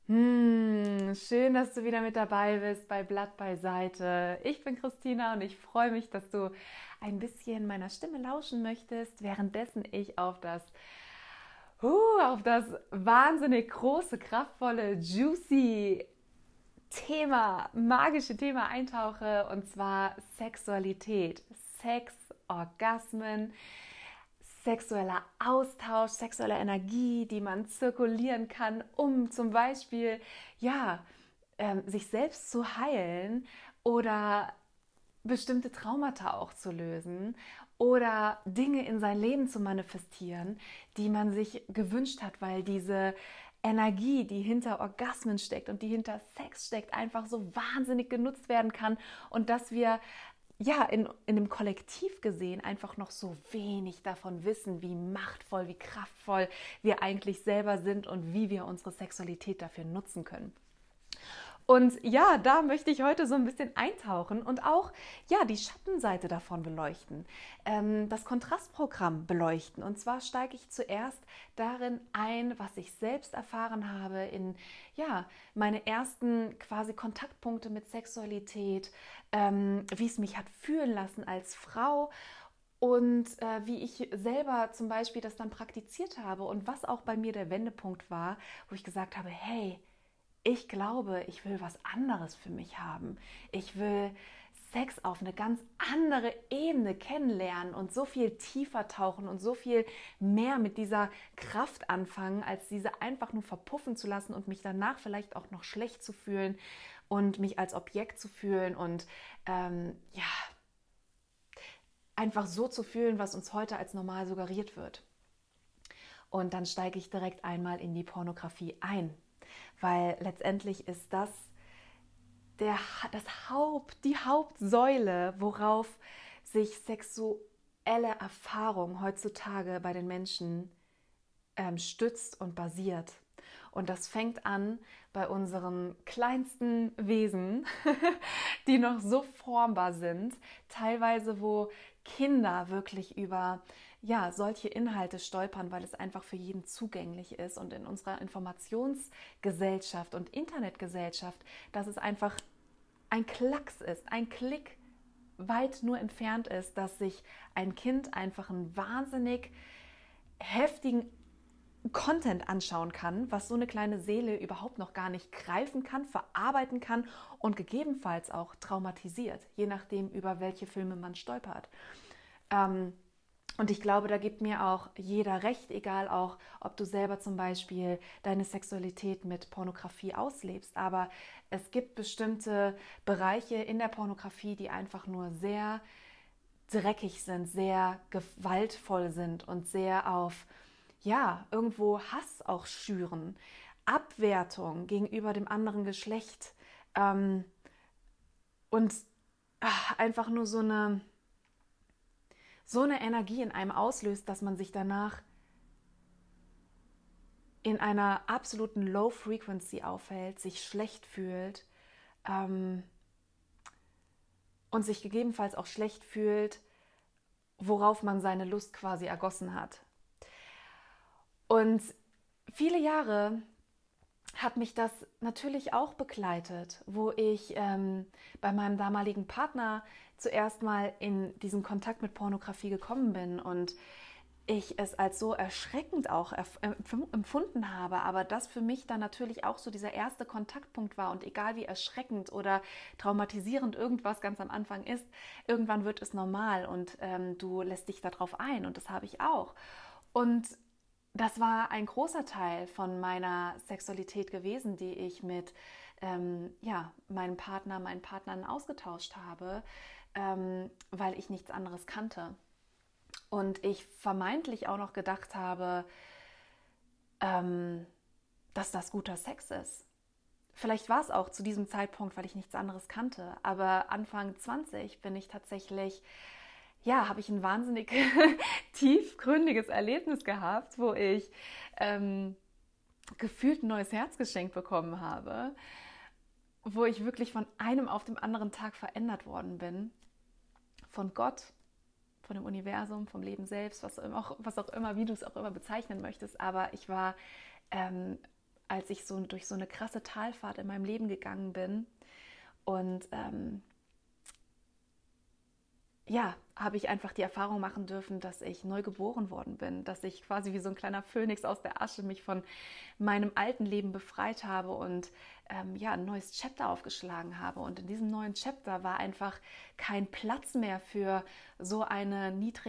Schön, dass du wieder mit dabei bist bei Blatt beiseite. Ich bin Christina und ich freue mich, dass du ein bisschen meiner Stimme lauschen möchtest, währenddessen ich auf das wahnsinnig große, kraftvolle, juicy Thema, magische Thema eintauche, und zwar Sexualität, Sex, Orgasmen, sexueller Austausch, sexuelle Energie, die man zirkulieren kann, um zum Beispiel sich selbst zu heilen oder bestimmte Traumata auch zu lösen oder Dinge in sein Leben zu manifestieren, die man sich gewünscht hat, weil diese Energie, die hinter Orgasmen steckt und die hinter Sex steckt, einfach so wahnsinnig genutzt werden kann, und dass wir in dem Kollektiv gesehen einfach noch so wenig davon wissen, wie machtvoll, wie kraftvoll wir eigentlich selber sind und wie wir unsere Sexualität dafür nutzen können. Und ja, da möchte ich heute so ein bisschen eintauchen und auch die Schattenseite davon beleuchten, das Kontrastprogramm beleuchten. Und zwar steige ich zuerst darin ein, was ich selbst erfahren habe in meine ersten quasi Kontaktpunkte mit Sexualität, wie es mich hat fühlen lassen als Frau und wie ich selber zum Beispiel das dann praktiziert habe und was auch bei mir der Wendepunkt war, wo ich gesagt habe, hey, ich glaube, ich will was anderes für mich haben. Ich will Sex auf eine ganz andere Ebene kennenlernen und so viel tiefer tauchen und so viel mehr mit dieser Kraft anfangen, als diese einfach nur verpuffen zu lassen und mich danach vielleicht auch noch schlecht zu fühlen und mich als Objekt zu fühlen und einfach so zu fühlen, was uns heute als normal suggeriert wird. Und dann steige ich direkt einmal in die Pornografie ein, weil letztendlich ist das die Hauptsäule, worauf sich sexuelle Erfahrung heutzutage bei den Menschen stützt und basiert. Und das fängt an bei unseren kleinsten Wesen, die noch so formbar sind, teilweise wo Kinder wirklich über solche Inhalte stolpern, weil es einfach für jeden zugänglich ist, und in unserer Informationsgesellschaft und Internetgesellschaft, dass es einfach ein Klacks ist, ein Klick weit nur entfernt ist, dass sich ein Kind einfach einen wahnsinnig heftigen Content anschauen kann, was so eine kleine Seele überhaupt noch gar nicht greifen kann, verarbeiten kann und gegebenenfalls auch traumatisiert, je nachdem, über welche Filme man stolpert. Und ich glaube, da gibt mir auch jeder recht, egal auch, ob du selber zum Beispiel deine Sexualität mit Pornografie auslebst. Aber es gibt bestimmte Bereiche in der Pornografie, die einfach nur sehr dreckig sind, sehr gewaltvoll sind und sehr auf, irgendwo Hass auch schüren, Abwertung gegenüber dem anderen Geschlecht, und einfach nur so eine Energie in einem auslöst, dass man sich danach in einer absoluten Low Frequency aufhält, sich schlecht fühlt, und sich gegebenenfalls auch schlecht fühlt, worauf man seine Lust quasi ergossen hat. Und viele Jahre hat mich das natürlich auch begleitet, wo ich bei meinem damaligen Partner zuerst mal in diesen Kontakt mit Pornografie gekommen bin und ich es als so erschreckend auch empfunden habe, aber das für mich dann natürlich auch so dieser erste Kontaktpunkt war, und egal wie erschreckend oder traumatisierend irgendwas ganz am Anfang ist, irgendwann wird es normal und du lässt dich darauf ein, und das habe ich auch. Und das war ein großer Teil von meiner Sexualität gewesen, die ich mit meinem Partner, meinen Partnern ausgetauscht habe, weil ich nichts anderes kannte. Und ich vermeintlich auch noch gedacht habe, dass das guter Sex ist. Vielleicht war es auch zu diesem Zeitpunkt, weil ich nichts anderes kannte. Aber Anfang 20 bin ich tatsächlich, habe ich ein wahnsinnig tiefgründiges Erlebnis gehabt, wo ich gefühlt ein neues Herz geschenkt bekommen habe, wo ich wirklich von einem auf den anderen Tag verändert worden bin. Von Gott, von dem Universum, vom Leben selbst, was auch immer, wie du es auch immer bezeichnen möchtest. Aber ich war als ich so durch so eine krasse Talfahrt in meinem Leben gegangen bin. Und ja, habe ich einfach die Erfahrung machen dürfen, dass ich neu geboren worden bin, dass ich quasi wie so ein kleiner Phönix aus der Asche mich von meinem alten Leben befreit habe und ja, ein neues Chapter aufgeschlagen habe. Und in diesem neuen Chapter war einfach kein Platz mehr für so eine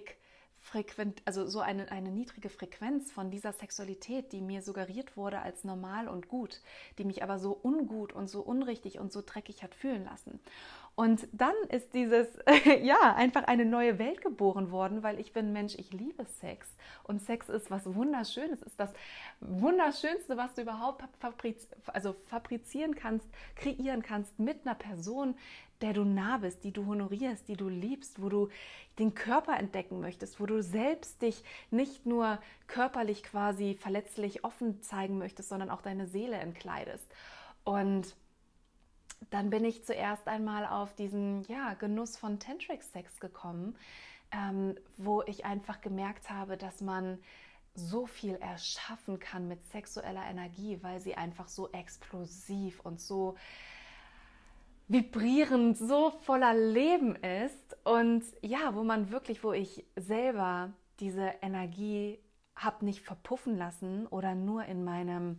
eine niedrige Frequenz von dieser Sexualität, die mir suggeriert wurde als normal und gut, die mich aber so ungut und so unrichtig und so dreckig hat fühlen lassen. Und dann ist ja, einfach eine neue Welt geboren worden, weil ich bin Mensch, ich liebe Sex. Und Sex ist was Wunderschönes, ist das Wunderschönste, was du überhaupt fabrizieren kannst, kreieren kannst mit einer Person, der du nah bist, die du honorierst, die du liebst, wo du den Körper entdecken möchtest, wo du selbst dich nicht nur körperlich quasi verletzlich offen zeigen möchtest, sondern auch deine Seele entkleidest. Und dann bin ich zuerst einmal auf diesen Genuss von Tantric Sex gekommen, wo ich einfach gemerkt habe, dass man so viel erschaffen kann mit sexueller Energie, weil sie einfach so explosiv und so vibrierend, so voller Leben ist. Und ja, wo ich selber diese Energie habe nicht verpuffen lassen oder nur in meinem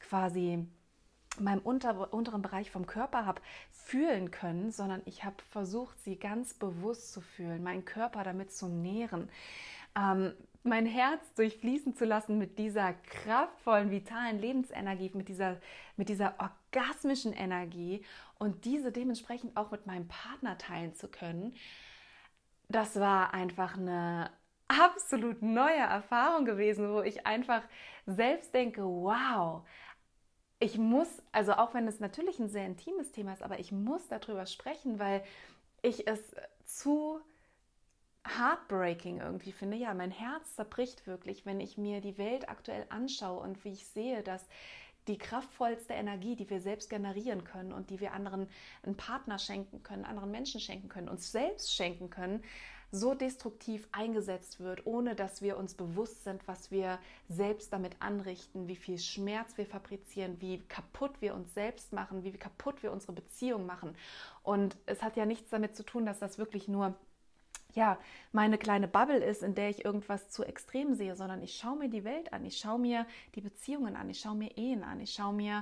unteren Bereich vom Körper habe fühlen können, sondern ich habe versucht, sie ganz bewusst zu fühlen, meinen Körper damit zu nähren, mein Herz durchfließen zu lassen mit dieser kraftvollen, vitalen Lebensenergie, mit dieser orgasmischen Energie und diese dementsprechend auch mit meinem Partner teilen zu können. Das war einfach eine absolut neue Erfahrung gewesen, wo ich einfach selbst denke, wow, ich muss, also auch wenn es natürlich ein sehr intimes Thema ist, aber ich muss darüber sprechen, weil ich es zu heartbreaking irgendwie finde. Ja, mein Herz zerbricht wirklich, wenn ich mir die Welt aktuell anschaue und wie ich sehe, dass die kraftvollste Energie, die wir selbst generieren können und die wir anderen einen Partner schenken können, anderen Menschen schenken können, uns selbst schenken können, so destruktiv eingesetzt wird, ohne dass wir uns bewusst sind, was wir selbst damit anrichten, wie viel Schmerz wir fabrizieren, wie kaputt wir uns selbst machen, wie kaputt wir unsere Beziehung machen. Und es hat ja nichts damit zu tun, dass das wirklich nur meine kleine Bubble ist, in der ich irgendwas zu extrem sehe, sondern ich schaue mir die Welt an, ich schaue mir die Beziehungen an, ich schaue mir Ehen an, ich schaue mir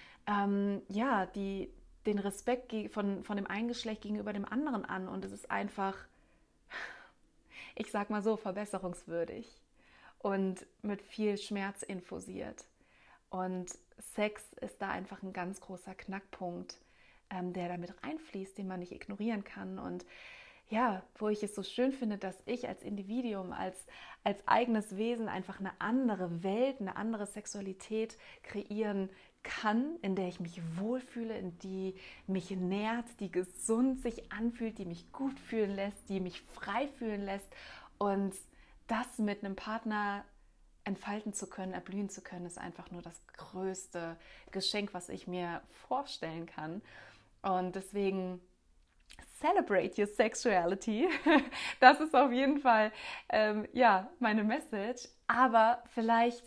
den Respekt von dem einen Geschlecht gegenüber dem anderen an und es ist einfach, ich sag mal so, verbesserungswürdig und mit viel Schmerz infusiert. Und Sex ist da einfach ein ganz großer Knackpunkt, der damit reinfließt, den man nicht ignorieren kann. Und ja, wo ich es so schön finde, dass ich als Individuum, als eigenes Wesen einfach eine andere Welt, eine andere Sexualität kreieren kann, in der ich mich wohlfühle, in die mich nährt, die gesund sich anfühlt, die mich gut fühlen lässt, die mich frei fühlen lässt und das mit einem Partner entfalten zu können, erblühen zu können, ist einfach nur das größte Geschenk, was ich mir vorstellen kann. Und deswegen celebrate your sexuality. Das ist auf jeden Fall meine Message. Aber vielleicht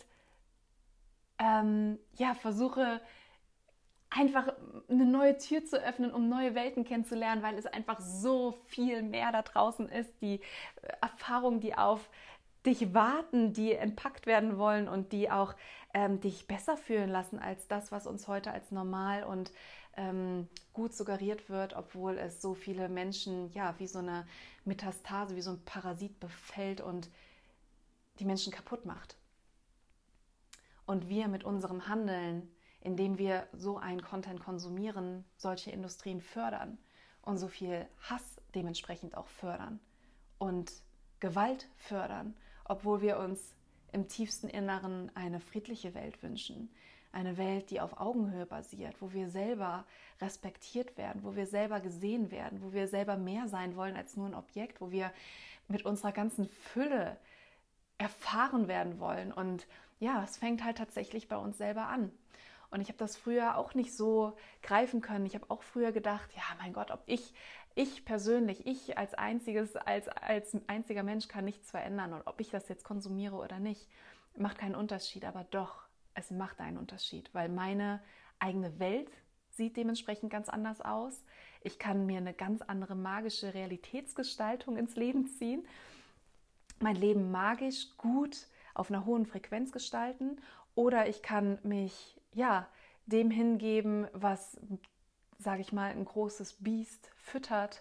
versuche einfach eine neue Tür zu öffnen, um neue Welten kennenzulernen, weil es einfach so viel mehr da draußen ist, die Erfahrungen, die auf dich warten, die entpackt werden wollen und die auch dich besser fühlen lassen als das, was uns heute als normal und gut suggeriert wird, obwohl es so viele Menschen wie so eine Metastase, wie so ein Parasit befällt und die Menschen kaputt macht. Und wir mit unserem Handeln, indem wir so einen Content konsumieren, solche Industrien fördern und so viel Hass dementsprechend auch fördern und Gewalt fördern, obwohl wir uns im tiefsten Inneren eine friedliche Welt wünschen. Eine Welt, die auf Augenhöhe basiert, wo wir selber respektiert werden, wo wir selber gesehen werden, wo wir selber mehr sein wollen als nur ein Objekt, wo wir mit unserer ganzen Fülle erfahren werden wollen. Und ja, es fängt halt tatsächlich bei uns selber an. Und ich habe das früher auch nicht so greifen können. Ich habe auch früher gedacht, ja, mein Gott, ob ich persönlich, ich als einziger Mensch kann nichts verändern und ob ich das jetzt konsumiere oder nicht, macht keinen Unterschied. Aber doch, es macht einen Unterschied, weil meine eigene Welt sieht dementsprechend ganz anders aus. Ich kann mir eine ganz andere magische Realitätsgestaltung ins Leben ziehen, mein Leben magisch gut auf einer hohen Frequenz gestalten, oder ich kann mich dem hingeben, was, sage ich mal, ein großes Biest füttert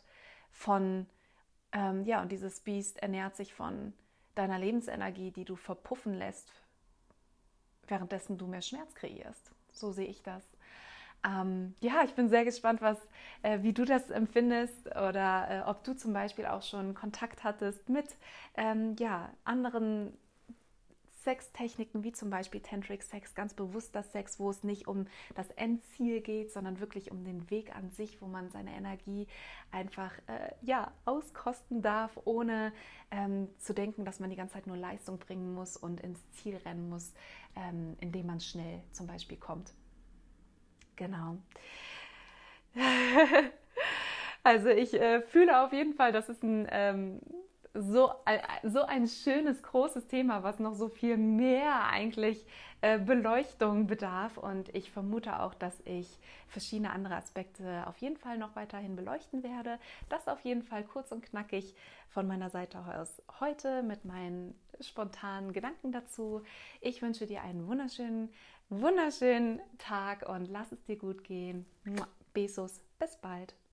und dieses Biest ernährt sich von deiner Lebensenergie, die du verpuffen lässt, währenddessen du mehr Schmerz kreierst. So sehe ich das. Ich bin sehr gespannt, wie du das empfindest, oder ob du zum Beispiel auch schon Kontakt hattest mit anderen Sextechniken, wie zum Beispiel Tantric Sex, ganz bewusster Sex, wo es nicht um das Endziel geht, sondern wirklich um den Weg an sich, wo man seine Energie einfach auskosten darf, ohne zu denken, dass man die ganze Zeit nur Leistung bringen muss und ins Ziel rennen muss, indem man schnell zum Beispiel kommt. Genau. Also ich fühle auf jeden Fall, dass es so ein schönes, großes Thema, was noch so viel mehr eigentlich Beleuchtung bedarf. Und ich vermute auch, dass ich verschiedene andere Aspekte auf jeden Fall noch weiterhin beleuchten werde. Das auf jeden Fall kurz und knackig von meiner Seite aus heute mit meinen spontanen Gedanken dazu. Ich wünsche dir einen wunderschönen Tag und lass es dir gut gehen. Besos, bis bald.